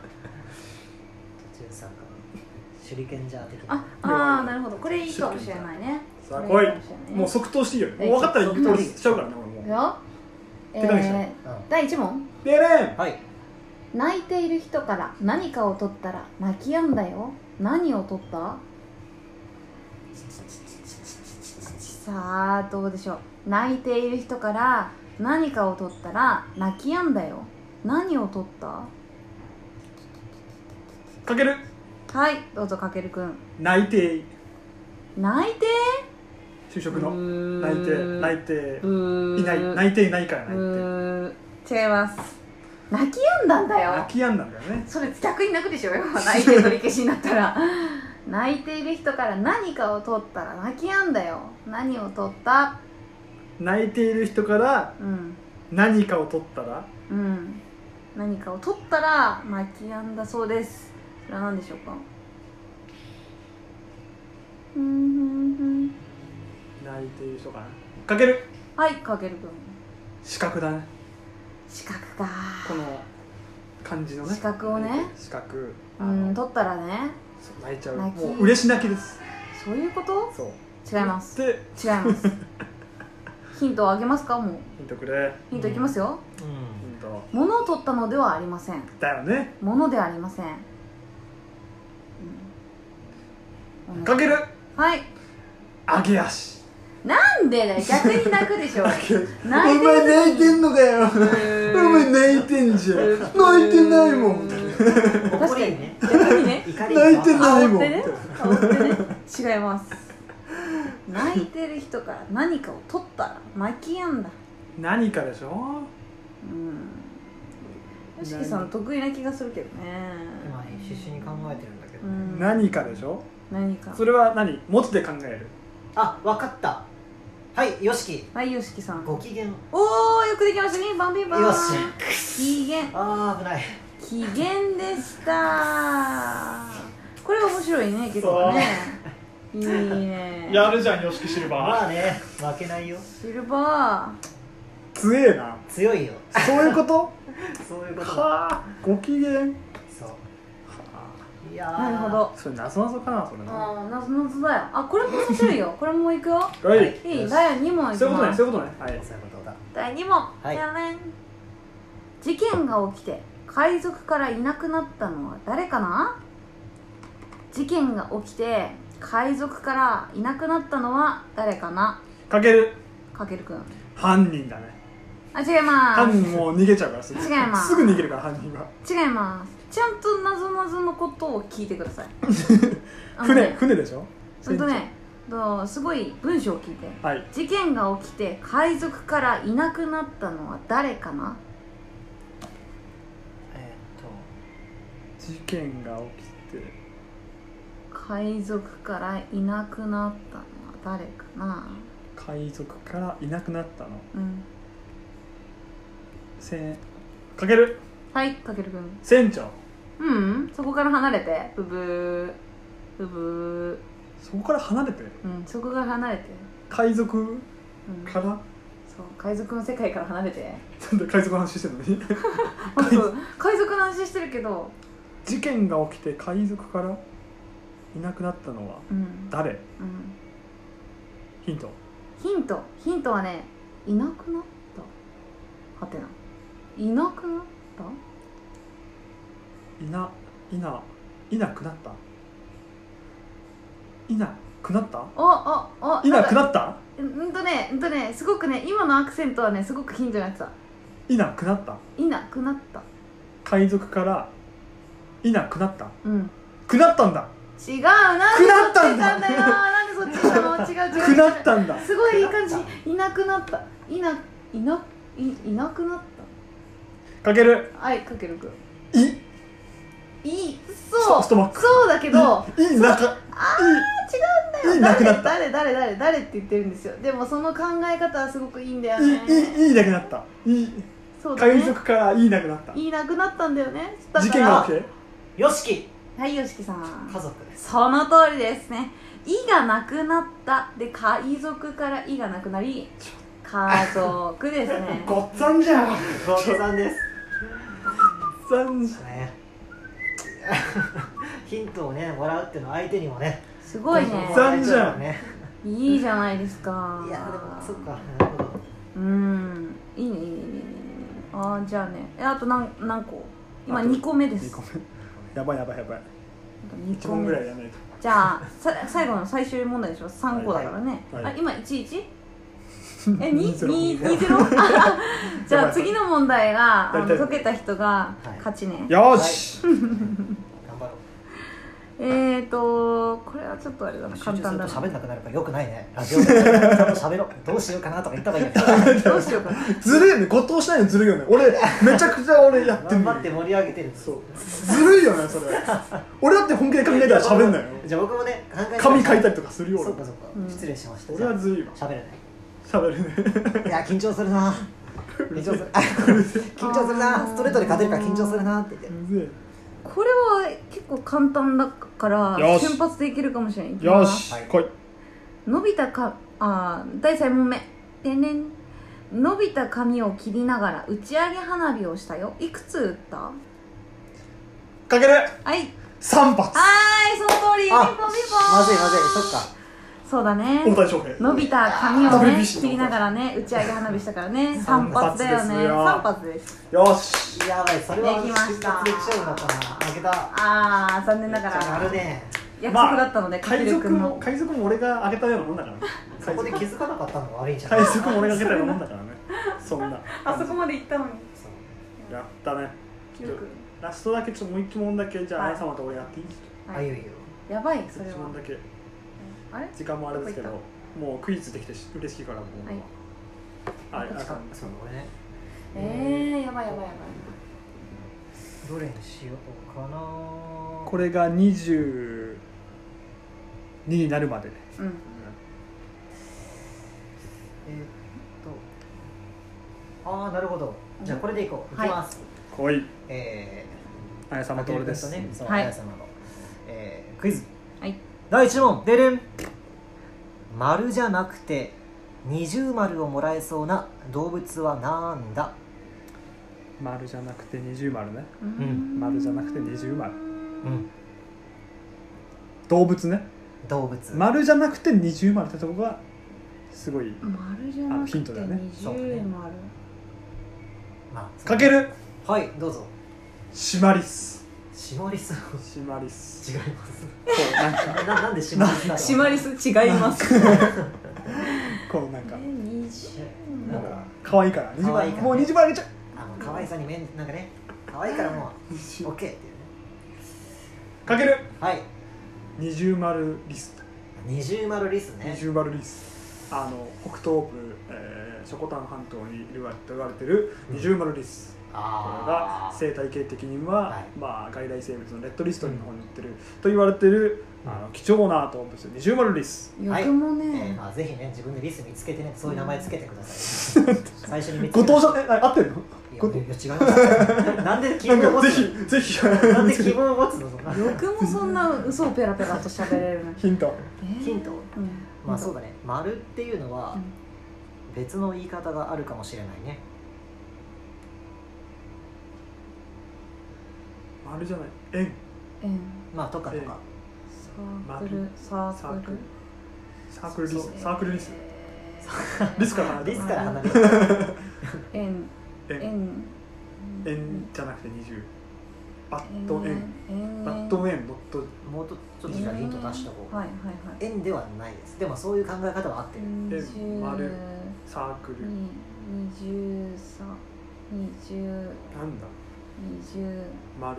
B: 手裏剣ジャー的な。
C: ああーなるほど、これいいかもしれないね。
A: さあ来い
C: これいいかもしれないね。
A: もう即答していいよ。も
C: はいう
A: 分かったら言うとしちゃうからね俺もう。
C: いくよ。え
A: 手加減し
C: ー、
B: うん
C: 第一問。
A: でれん。
B: はい。
C: 泣いている人から何かを取ったら泣き止んだよ。何を取った？さあどうでしょう。泣いている人から何かを取ったら泣き止んだよ。何を取った？
A: かける。
C: はいどうぞかけるくん。
A: 内定。
C: 泣いて
A: 就職の
C: う
A: 内定
C: ー
A: 内定
C: うー
A: いない内定いないから
C: う
A: 内定。
C: ー違います。泣き止んだんだよ。
A: 泣き止んだんだよね。
C: それ逆に泣くでしょよ。泣いて取り消しになったら泣いている人から何かを取ったら泣き止んだよ。何を取った？
A: 泣いている人から
C: うん
A: 何かを取ったら
C: うん何かを取ったら泣き止んだそうです。それは何でしょうか？ふんふんふん。
A: 泣いている人かな。かける。
C: はいかけるくん。
A: 視覚だね。
C: 視覚か。
A: この感じのね
C: 視覚をね
A: 視覚
C: う
A: あの
C: ん取ったらね。
A: そう泣いちゃう。
C: 泣き
A: もう嬉し泣きです。
C: そういうこと？
A: そう
C: 違います。
A: で
C: 違いますヒントをあげますか？もう
A: ヒントくれ。
C: ヒントいきますよ。
B: う
A: ヒント
C: 物を取ったのではありません。
A: だよね。
C: 物ではありません、うん、
A: かける。
C: はい。
A: 揚げ足。
C: なんでだよ逆に泣くでしょ。
A: 揚げ足。お
C: 泣いてる
A: 前泣いてんのかよ。お前泣いてんじゃん。泣いてないもん。
B: 怒りにね
C: 逆にね
B: 怒り
A: 泣いてんだ
C: 煽ってね煽ってね違います。泣いてる人から何かを取ったら泣きやんだ。
A: 何かでしょ。
C: うん。よしきさん得意な気がするけどね。
B: 今ね必死に考えてるんだけど、
C: うん、
A: 何かでしょ。
C: 何か。
A: それは何、文字で考える。
B: あ、わかった。はいよしき。
C: はいよしきさん。
B: ご機嫌。
C: おーよくできましたね。バンビンバン。
B: よし。
C: 機嫌。
B: あー危ない。
C: 機嫌でした。これ面白いね結構ね。いいね。
A: やるじゃん、よしきシルバー。
B: まあね負けないよ。
C: シルバ
A: ー強えな。
B: 強いよ。
A: そういうこと
B: そういうことだ。
A: はあ、ご機嫌。そう。
B: はあ、いやー
C: ー。なるほど。
A: それなぞなぞかな、それな。
C: ああ、なぞなぞだよ。あ、これも面白いよ。これもいくよ。
A: はい。
C: いい。だいに問いき
A: そういうことね、
C: ます。
A: そういうことね。はい。
B: そういうことだ。
C: だいに問。
B: はい
C: じゃあね。事件が起きて海賊からいなくなったのは誰かな？事件が起きて海賊からいなくなったのは誰かな？
A: かける。
C: かけるくん。
A: 犯人だね。
C: あ、違いま
A: 犯
C: す。
A: 人もう逃げちゃうからすぐ。
C: 違います
A: すぐ逃げるから、犯人は。
C: 違います。ちゃんとなぞなぞのことを聞いてください。あの
A: 船、
C: ね
A: 船でしょ。
C: ほんとね、とすごい文章を聞いて。
A: はい。
C: 事件が起きて海賊からいなくなったのは誰かな？
B: え
A: 事件が起きて
C: 海賊からいなくなったのは誰かな？
A: 海賊からいなくなったの。
C: うん。
A: せかける。
C: はい、かけるくん。
A: 船長。
C: うん、そこから離れて。ブブー。ブブ
A: そこから離れて
C: ー。うん、そこから離れて。
A: 海賊
C: うん。
A: から
C: そう、海賊の世界から離れて。
A: なんで海賊の話してるのに
C: そう海賊の話してるけど。
A: 事件が起きて海賊からいなくなったのは
C: うん。
A: 誰？
C: うん。
A: ヒント。
C: ヒント。ヒントはね、いなくなったはてな。いなくなった
A: いな、いな、いなくなったいなくなった
C: あ、あ、あ、
A: いなくな
C: っ
A: った
C: うんとね、うんとね、すごくね、今のアクセントはね、すごくヒントになってた。
A: いなくなった
C: いなくなった。
A: 海賊からいなくなった
C: うん。
A: くなったんだ
C: 違う、なんで
A: くな
C: そっち
A: ったんだ
C: 行ったんだよ。なんでそっち行ったの？違う違う。
A: くなったんだ
C: すごいいい感じ。いなくなった。いな、いな、い、いなくなっ
A: かける。
C: た。はい、かけるくん。
A: い
C: いい、そう。
A: ストマック
C: そうだけど。
A: いいなか
C: あー、違うんだよ。
A: いいなくなった
C: 誰、誰、誰、誰って言ってるんですよ。でも、その考え方はすごくいいんだよ
A: いい
C: ね。
A: いいいいなくなったいい
C: そうだね。
A: 海賊からいいなくなった
C: いなくなったんだよね。だから
A: 事件が起きて
B: よしき。
C: はい、よしきさん。
B: 家族です。
C: その通りですね。いがなくなったで、海賊からいがなくなり、家族ですね。
A: ごっつぁんじゃん
B: ごっつぁんです。
A: ごっつぁんじゃん
B: ね、ヒントをねもらうっていうのは相手にもね
C: すごいね。
A: 残じゃん
B: ね。
C: いいじゃないですか。
B: いやでもそっか、なるほど。
C: うん、いいねいいねいいねいいね。あー、じゃあね、えあと何何個？今にこめです
A: にこめやばいやばいやばい
C: に
A: いち問ぐらいやらないと。
C: じゃあさ最後の最終問題でしょ。さんこだからね、
A: はいはい
C: あ今いちいちえに
A: にゼロ
C: ににゼロじゃあ次の問題があの
A: やりたい
C: 解けた人が勝ちね。
A: よーし
B: 頑張ろう。
C: えーとこれはちょっとあれだな、簡単だな。
B: 集中すると喋んなくなるからよくないね。ラジオでちゃんと喋ろう。どうしようかなとか言った方がいいや。
C: どうしようかな。
A: ずるいよね、ごっとうしないのずるいよね。俺めちゃくちゃ俺やってんのに
B: 頑張って盛り上げてる。
A: そうずるいよねそれ俺だって本気で考えたら喋んないよ。
B: じゃあ僕もね考えて
A: 紙書いたりとかするよ俺
B: そうかそうか、
C: うん
B: 失礼しました。
A: 俺はずるいわ。
B: 喋れない。
A: 喋るね
B: いや緊張するな。緊張する。緊張するな。ストレートで勝てるから緊張するなって言って。
A: うぜ
C: これは結構簡単だから
A: よし
C: 瞬発でいけるかもしれない。
A: え。よし、
B: はい
A: 来い。
C: 伸びたかあーだいさん問目でねん。伸びた髪を切りながら打ち上げ花火をしたよ。いくつ打った？
A: かける
C: はい
A: さん発。
C: はーい、その通り。ピン
B: あ
C: ポンピンポン。
B: まずいまずい。そっか。
C: そうだね。
A: 大谷翔平。
C: 伸びた髪をね
A: ダブリュービーシー
C: 切りながらね打ち上げ花火したからね。三発だよね。
A: 三
C: 三
A: 発
C: 発です。
A: よし
B: やばい、それは
C: できました
B: 出発できちゃうのかな。負けた。
C: あー残念なが
B: や
C: ら
B: るね。
C: 約束だったので、かけ
A: 海賊
C: るくんの
A: も海賊も俺があげたようなもんだからね。
B: そこで気づかなかったのが悪いんじゃない。
A: 海賊も俺があげたようなもんだからね。そんな
C: あそこまで行ったのに。
B: そう
A: やったね。
C: きゅうくん
A: ラストだけちょっともう一問だけじゃあ、
C: はい
A: あや様と俺やっていい？
B: あ、いいよいいよ。
C: やばいそれは
A: 一問だけ
C: あれ
A: 時間もあれですけど
C: ど
A: もうクイズできて嬉しいからもう、はい、ああやさん
B: そう俺ね。
C: えー、やばいやばいやばい
B: どれにしようかな。
A: これがにじゅうにになるまで、
C: うん
B: えーっとああなるほど。じゃあこれでいこう。いきます。
A: 来い
B: え
A: あや
B: ー、
A: 様と俺です、
B: ね、そう、
C: はい
B: あや様の、えー、クイズ。
C: はい
B: だいいち問、でれん。丸じゃなくて二重丸をもらえそうな動物はなんだ？
A: 丸じゃなくて二重丸ね、
B: ん
A: 丸じゃなくて二重丸、
B: うん。
A: 動物ね、
B: 動物。
A: 丸じゃなくて二重丸ってとこがすごい
C: 丸じゃなくて
A: あヒントだよね
C: 二重丸、
B: まあ、
A: かける
B: はいどうぞ。
A: シマリス
B: シマリス。
A: シマリス
B: 違います。
A: こうなんか
B: ななんでシマリスなの？
C: シマリス違います
A: こうなんか
C: え二重
A: なん
C: 丸
A: か可愛いから二重丸
B: 可愛いからね
A: もう二重丸あげちゃう
B: あの可愛さにめんなんかね、可愛いからもうオッケーっていうね。
A: かける
B: はい。
A: 二重丸リス
B: 二重丸リスね。
A: 二重丸リスあの北東部、えー、ショコタン半島にいると言われてる二重丸リス、これが
B: あー
A: 生態系的には、
B: はい
A: まあ、外来生物のレッドリストに載ってる、と言われてる、
B: うん
A: あの貴重な動物二重丸リス
C: よくもね、
B: えーまあぜひね自分でリス見つけてねそういう名前つけてください。最初に見つけ
A: 後藤じゃねあ合ってるの
B: いやいや違います。なんで希望を持つ
A: なんかぜひぜひ
B: の？なんで希望を持つのそんな。
C: よくもそんな嘘をペラペラと喋れるの
A: ヒント
C: えー
B: ヒント
C: うん
B: まあそうだね。丸っていうのは
C: うん
B: 別の言い方があるかもしれないね。
A: 丸じゃない円
C: 円
B: まあとかとか。
C: サークルサ
A: サークル
C: ークル
A: サークルリス
B: そう
A: サークルリス
C: え
A: リスから離れ
B: リ
A: た
B: スから離れる。
C: ー円
A: 円
C: 円
A: 円じゃなくて二重バット円
C: 円
A: バット円ドット
B: もうとちょっとじゃあヒント出した方が。
C: はいはいはい
B: 円ではないです。でもそういう考え方は合ってる。
C: 二十
A: 円丸サークル
C: に二十三二十
A: なんだ
C: 二十
A: 丸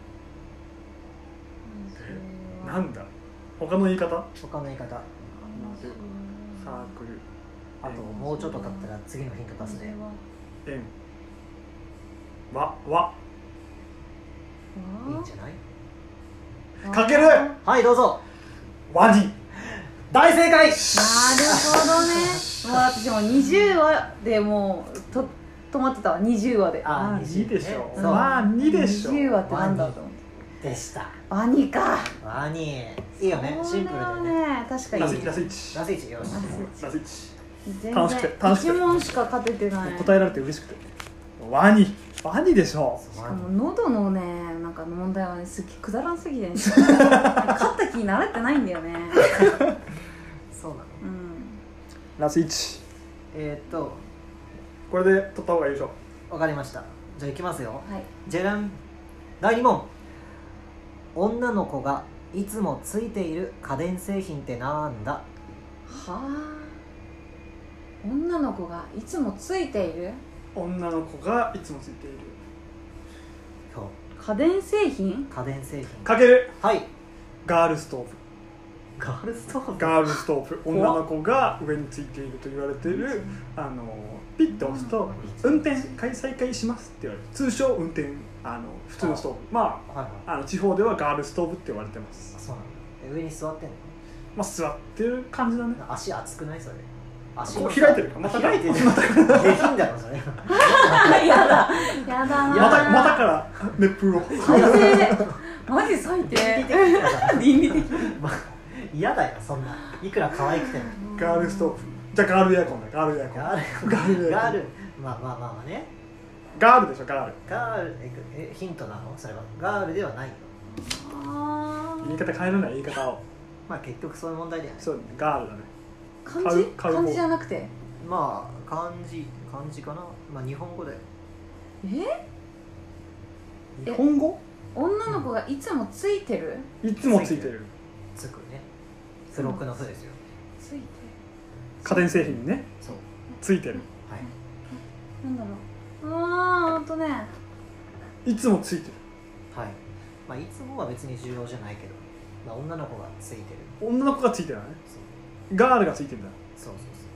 C: 二十
A: なんだ他の言い方
B: 他の言い方。
A: サークル
B: あともうちょっと経ったら次のヒント出すね。
A: 円わわ
B: いいんじゃない？
A: かける
B: はいどうぞ。
A: ワニ
B: 大正解。
C: なるほどね。もう私もにじゅうわでもうと止まってたわ。にじゅうわで。
B: あ
A: にでしょ
B: そう
A: ワニでしょ
C: にじゅうわってなんだと思って。
B: でした。
C: ワニか。
B: ワニいいよね。シンプルだよね。
C: ね。確かに。
A: ラスイチラスイチ
B: ラスイチよし。
A: ラスイチ
C: 全
A: 楽しくて
C: 然
A: 楽しくて
C: 一問しか勝ててない。
A: 答えられて嬉しくてワニワニでしょ
C: しかも喉のねなんか問題はねすっげえくだらんすぎてね勝った気になれてないんだよね。
B: そうなの。
C: うん。
A: ラスイチ
B: えーっと
A: これで取った方がいいでしょ
B: わかりました。じゃあいきますよ。
C: はい。
B: じゃらん。だいに問。女の子がいつもついている家電製品ってなんだ？
C: はあ。女の子がいつもついている
A: 女の子がいつもついている
B: そう。
C: 家電製品？
B: 家電製品。
A: かける
B: はい。
A: ガールストーブ
B: ガールストーブ。
A: ガールストーブ女の子が上についていると言われているあのピッと押すと運転再開しますって言われる通称運転あの普通のストーブま
B: はいはい。
A: ああの地方ではガールストーブって言われてます
B: あそうなの。え上に座ってんの？
A: まあ座ってる感じだね
B: 足熱くないそれ？足
A: こう開いてるかまた
B: 開いてる。下品だろそれ。
C: やだやだな
A: またまたから熱風を
C: 最低マジ最低倫理的
B: ま嫌だよそんな。いくら可愛くても。
A: ガールストーブじゃあガールエアコンだガールエアコン
B: ガール
A: ガールエアコン
B: ガールまあまあまあまあね。
A: ガールでしょガール
B: ガールええヒントなのそれは。ガールではないよ。
C: あ
A: 言い方変えるな言い方を
B: まあ結局そういう問題だよね。
A: そうガールだね
C: ー漢字
A: 買う買う方
C: 漢字じゃなくて
B: まあ漢字漢字かな。まあ日本語だよ。
C: え
A: 日本語
C: 女の子がいつもついてる
A: いつもついてる
B: つくね。付録の「ふ」ですよ。
C: ついてる
A: 家電製品にね
B: そう。
A: ついてる
B: はい。
C: なんだろうあーほんとね
A: いつもついてる
B: はい。まあいつもは別に重要じゃないけど、まあ女の子がついてる。
A: 女の子がついてるのね。
B: そう
A: ガールがついてるんだ。
B: そうそう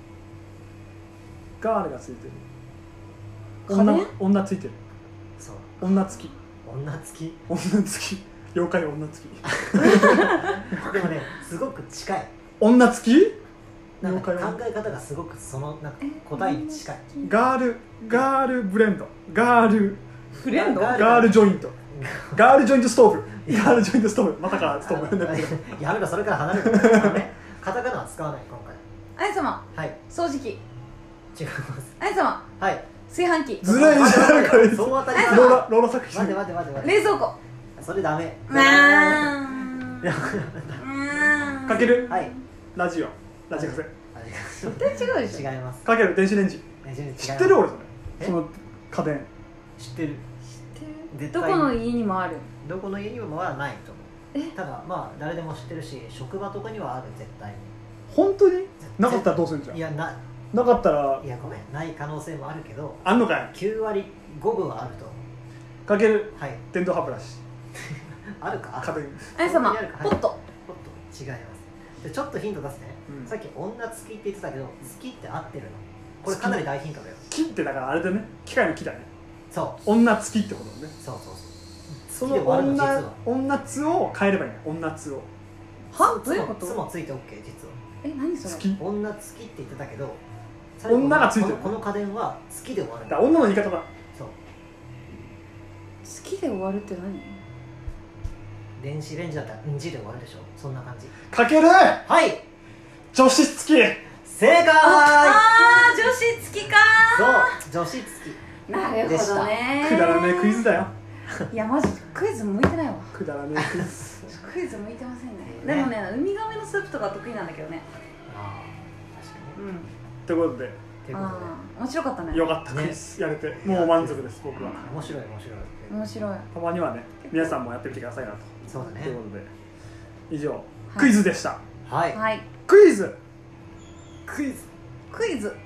A: ガールがついてる。
C: 家電
A: 女女ついてる。
B: そう。
A: 女付き。
B: 女付き。
A: 女付き。妖怪女付き。
B: でもね、すごく近い。
A: 女付き？
B: なんか
A: 妖怪
B: 考え方がすごくそのなんか答えに近い。
A: ガールガールブレンド。ガール
C: フレンド
B: ガ
A: ガールジョイント。ガールジョイントストーブ。ガールジョイントストーブ。またかストーブ。
B: やめろ、それから離れる。あのね、カタカナは使わない今回。
C: あや様
B: はい、
C: 掃除機。
B: 違います。
C: あや様
B: はい。
C: 炊飯器。
A: ずるいじゃんこれ。
B: そう当たり
C: はい
A: ローラローラ作品。
B: 待て待て待て待て。
C: 冷蔵庫。
B: それダメ。
C: なー
B: いや
C: ん
A: かける
B: はい。
A: ラジオ。ラジカセ。
C: 絶対違うでしょ。
B: 違います。
A: かける電子レンジ。
B: ね全然違います
A: 知ってる俺それ。
B: え
A: その家電。
B: 知ってる。
C: 知ってる
B: 絶対
C: どこの家にもある。
B: どこの家にもはないと思う。
C: え
B: ただまあ誰でも知ってるし、職場とかにはある絶対に。
A: 本当に？なかったらどうするんじゃん。
B: いやな
A: なかったら
B: いやごめんない可能性もあるけど、
A: あんのかい。
B: きゅう割ごぶはあると思う。
A: かける
B: はい。
A: 電動歯ブラシ。
B: あるか。
A: 家電。
C: あや様
B: そんなにあるか
C: ポット。
B: ポット違います。でちょっとヒント出すね、
A: うん
B: さっき女付きって言ってたけど付きって合ってるの。これかなり大ヒントだよ。
A: 木ってだからあれだね。機械の木だね。
B: そう
A: 女付きってことね。
B: そうそう
A: その
B: そう。月で終わるの実
A: 女
B: は
A: 女つを変えればいいね。女つを。
C: はどういうこと
B: つもついて OK 実は。
C: え何それ。
A: 付き。
B: 女付きって言ってたけど
A: 女がついてる
B: このこの家電は月で終わる
A: だから女の言い方だ。
B: そう。
C: 好きで終わるって何。
B: 電子レンジだったらうんじで終わるでしょ。そんな感じ。
A: かける
B: はい
A: 女子付き。
B: 正解。
C: あー女子付きか
B: そう女子付き。
C: なるほどね。
A: くだらねえクイズだよ。
C: いやマジクイズ向いてないわ。
A: くだらねえクイズ。
C: クイズ向いてませんね。
B: ね
C: でもねウミガメのスープとか得意なんだけどね。
B: ああ確かにね。
C: うん。
A: ということで
B: ということで
C: ああ面白かったね。
A: よかったクイズやれてもう満足です僕は。
B: 面白い面白い。
C: 面白い。
A: たまにはね皆さんもやってみてくださいなと。
B: そうだね
A: ということで以上、
C: い
A: クイズでした。
B: はい、
C: はい。
A: クイズ。
B: クイズ。
C: クイズ。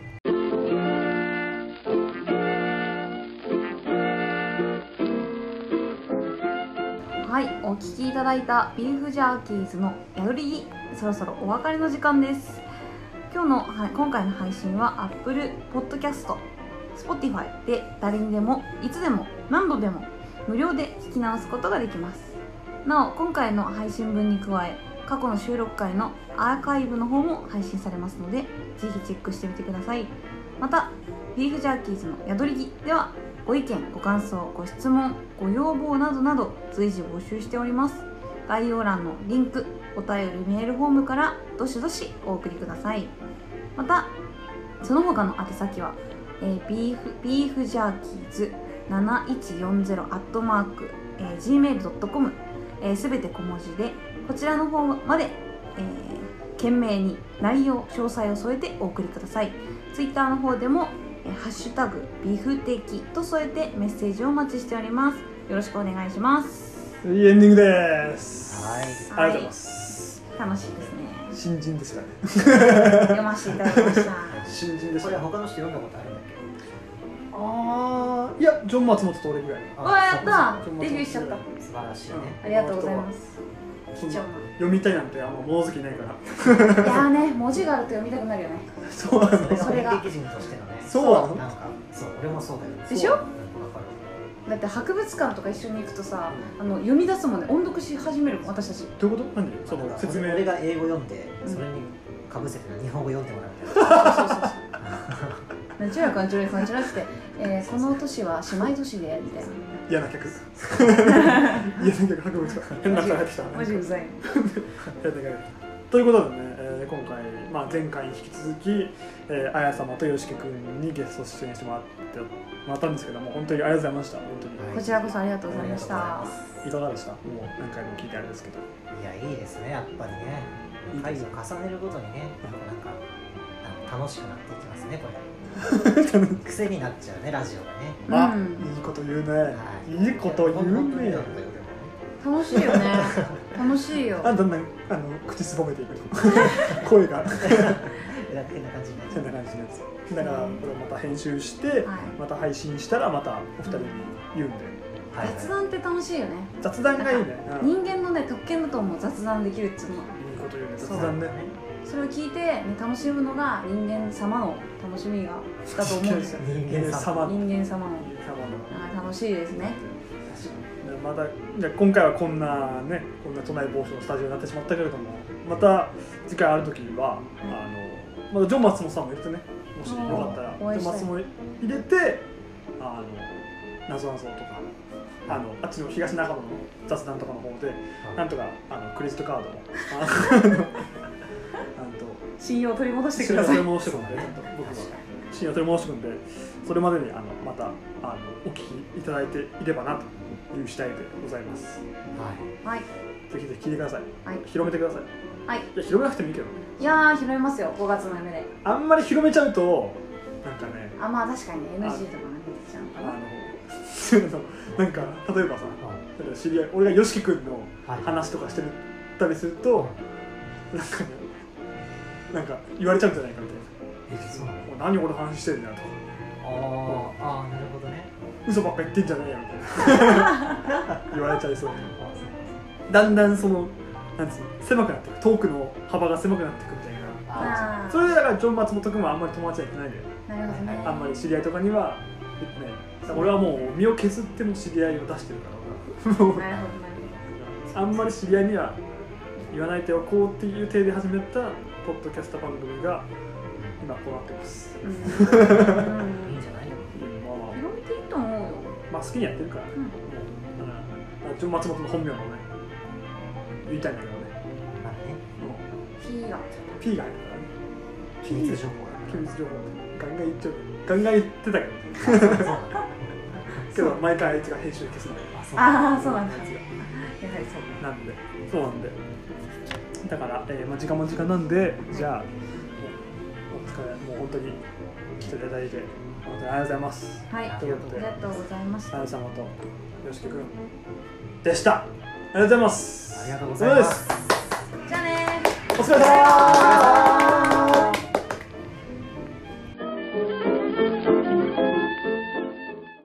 C: はい、お聞きいただいたビーフジャーキーズの宿りぎ、そろそろお別れの時間です。今日の、はい、今回の配信は Apple Podcast、Spotify で誰にでもいつでも何度でも無料で聞き直すことができます。なお今回の配信分に加え過去の収録回のアーカイブの方も配信されますのでぜひチェックしてみてください。またビーフジャーキーズの宿りぎではご意見ご感想ご質問ご要望などなど随時募集しております。概要欄のリンクお便りメールフォームからどしどしお送りください。またその他の宛先は、えー、ビーフビーフジャーキーズなないちよんゼロアットマーク ジーメールドットコムすべて小文字でこちらの方まで、えー、懸命に内容詳細を添えてお送りください。ツイッターの方でもえーハッシュタグビーフ的と添えてメッセージをお待ちしております。よろしくお願いします。
A: いいエンディングです。
B: はい
A: ありがとうございます。
C: 楽しいですね。
A: 新人ですからね。
C: 読ませていただきました。
A: 新人ですから。
B: これ他の人読んだことあるんだっけ。
A: ああいやジョン松本と俺ぐらい。
C: うわやっ
B: そ
C: た
A: そうそう
C: デビューしちゃった。
B: 素晴らしいね。
C: ありがとうございます。
A: そんな
C: 貴重
A: 読みたいなんてあんま物好きないから。
C: な。いやーね文字があると読みたくなるよね。
A: そうなの。
B: それが
C: それが
B: 演劇人としてのね。
A: そうなの
B: なんかそう俺もそうだよね。
C: でしょ
B: うんわかる。
C: だって博物館とか一緒に行くとさあの読み出すもんね音読し始めるもん私たち。
A: どういうこと？何？その説明。
B: 俺が英語読んで
C: うん
B: それにかぶせて日本語読んでもらうみたいな。
C: そうそうそうなんちゅらかんちゅらかんちゅらって、えー、この都市は姉妹都市でみたいな。
A: 嫌な客。嫌な客博物館。変な人入ってきた。
C: マジうざい。
A: やっていかれるということでね、えー今回、まあ、前回に引き続き、えー、あや様とよしきくんにゲスト出演してもらってもらったんですけども本当にありがとうございました本当に、
B: はい
C: こちらこそありがとうございました。
B: ありがとうございます
A: いかがでしたもう何回も聞いてあれですけど
B: いやいいですねやっぱりね。回を重ねるごとにねなんかあの楽しくなっていきますねこれ。癖になっちゃうねラジオがね。
A: あ、
C: うん
A: いいこと言うね、
B: はい
A: いいこと言うね
B: 本当にいいんだよでもね。
C: 楽しいよね。楽しいよ。
A: あだんだんあの口すぼめていく声が
B: 変な感じになっちゃ
A: 変な感じのやつだからこれまた編集して、
C: はい
A: また配信したらまたお二人に言うんで、
B: う。 はい
C: 雑談って楽しいよね。
A: 雑談がいいね。うんいい
C: 人間のね特権だと思う、雑談できるっていうのは。
A: こと言うね。雑談ね。
C: それを聞いて、ね、楽しむのが人間様の楽しみがだと思うんですよ。
B: 人間様
A: 様。
C: 人間様の
A: 人間様の
C: あ楽しいですね。
A: またじゃあ今回はこんなねこんな都内某所のスタジオになってしまったけれども、また次回ある時はあのまたジョン松本さんも入れてね、もしよかったらジョン
C: お会いしたい
A: 松本も入れてあの謎謎とかあのあっちの東中野の雑談とかの方でなんとかあのクレジットカードをあのなんと
C: 信用を取り戻してください。
A: 信用を取り戻してくんで、ちょっと僕は信用を取り戻してくんで、それまでにあのまたあのお聞きいただいていればなという次第でございます。
B: は
C: はい。
A: ぜひぜひ聞いてください。
C: はい。
A: 広めてください。
C: はい。
A: いや広めなくてもいいけどね。
C: いやー、拾いますよ、ごがつの夢で。
A: あんまり広めちゃうとなんかね、
C: あ、まあ確かにね、エヌジー とかね、出てきちゃうのかな。
A: あのそういうのなんか例えばさ、例えば知り合い俺がよしきくんの話とかしてたりすると、なんかね、なんか言われちゃうんじゃないかみたいな。
B: え、そうなの？
A: もう何俺話してんだよとか。
B: あーあー、なるほどね。
A: 嘘ばっか言ってんじゃねえよみたいな言われちゃいそうで、だんだんそのなんつうの狭くなっていく、トークの幅が狭くなっていくみたいな。
C: あ
A: それでだからジョン松本君はあんまり友達は言ってないんだよ。
C: ー、なるほどね。
A: あんまり知り合いとかには言ってない。だから俺はもう身を削っても知り合いを出してるから俺はもう
C: なるほど、なる
A: あんまり知り合いには言わないでおこうっていう体で始めたポッドキャスト番組が今こうなってます。
C: ほど。うん。
B: いいんじゃないの？
A: まあ
C: 広めていいと思うよ。
A: まあ好きにやってるから、
C: うん
A: もうだからジョン松本の本名のね言いたいんだけどね、
B: まあね、
A: もう
C: P が。
A: P が入るからね。
B: 機密情報
A: 機密情報ガンガン言っちゃうガンガン言ってたけどね
B: だから。そうなんだ。
A: けど毎回あいつが編集で消すんだよ。
B: あ、そう
C: ああ、そうなんだ。
A: あいつが
C: やはりそう。
A: なんでそうなんでだから、えーまあ、時間も時間なんでじゃあもうお疲れもう本当に来ていただいて本当にありがとうございます。
C: はい、あり
A: ということで
C: がとうございました。
A: あや様とよしきくんでした。ありがとうございます。
B: ありがとうございます。
C: じゃあねー。
A: お疲れ様。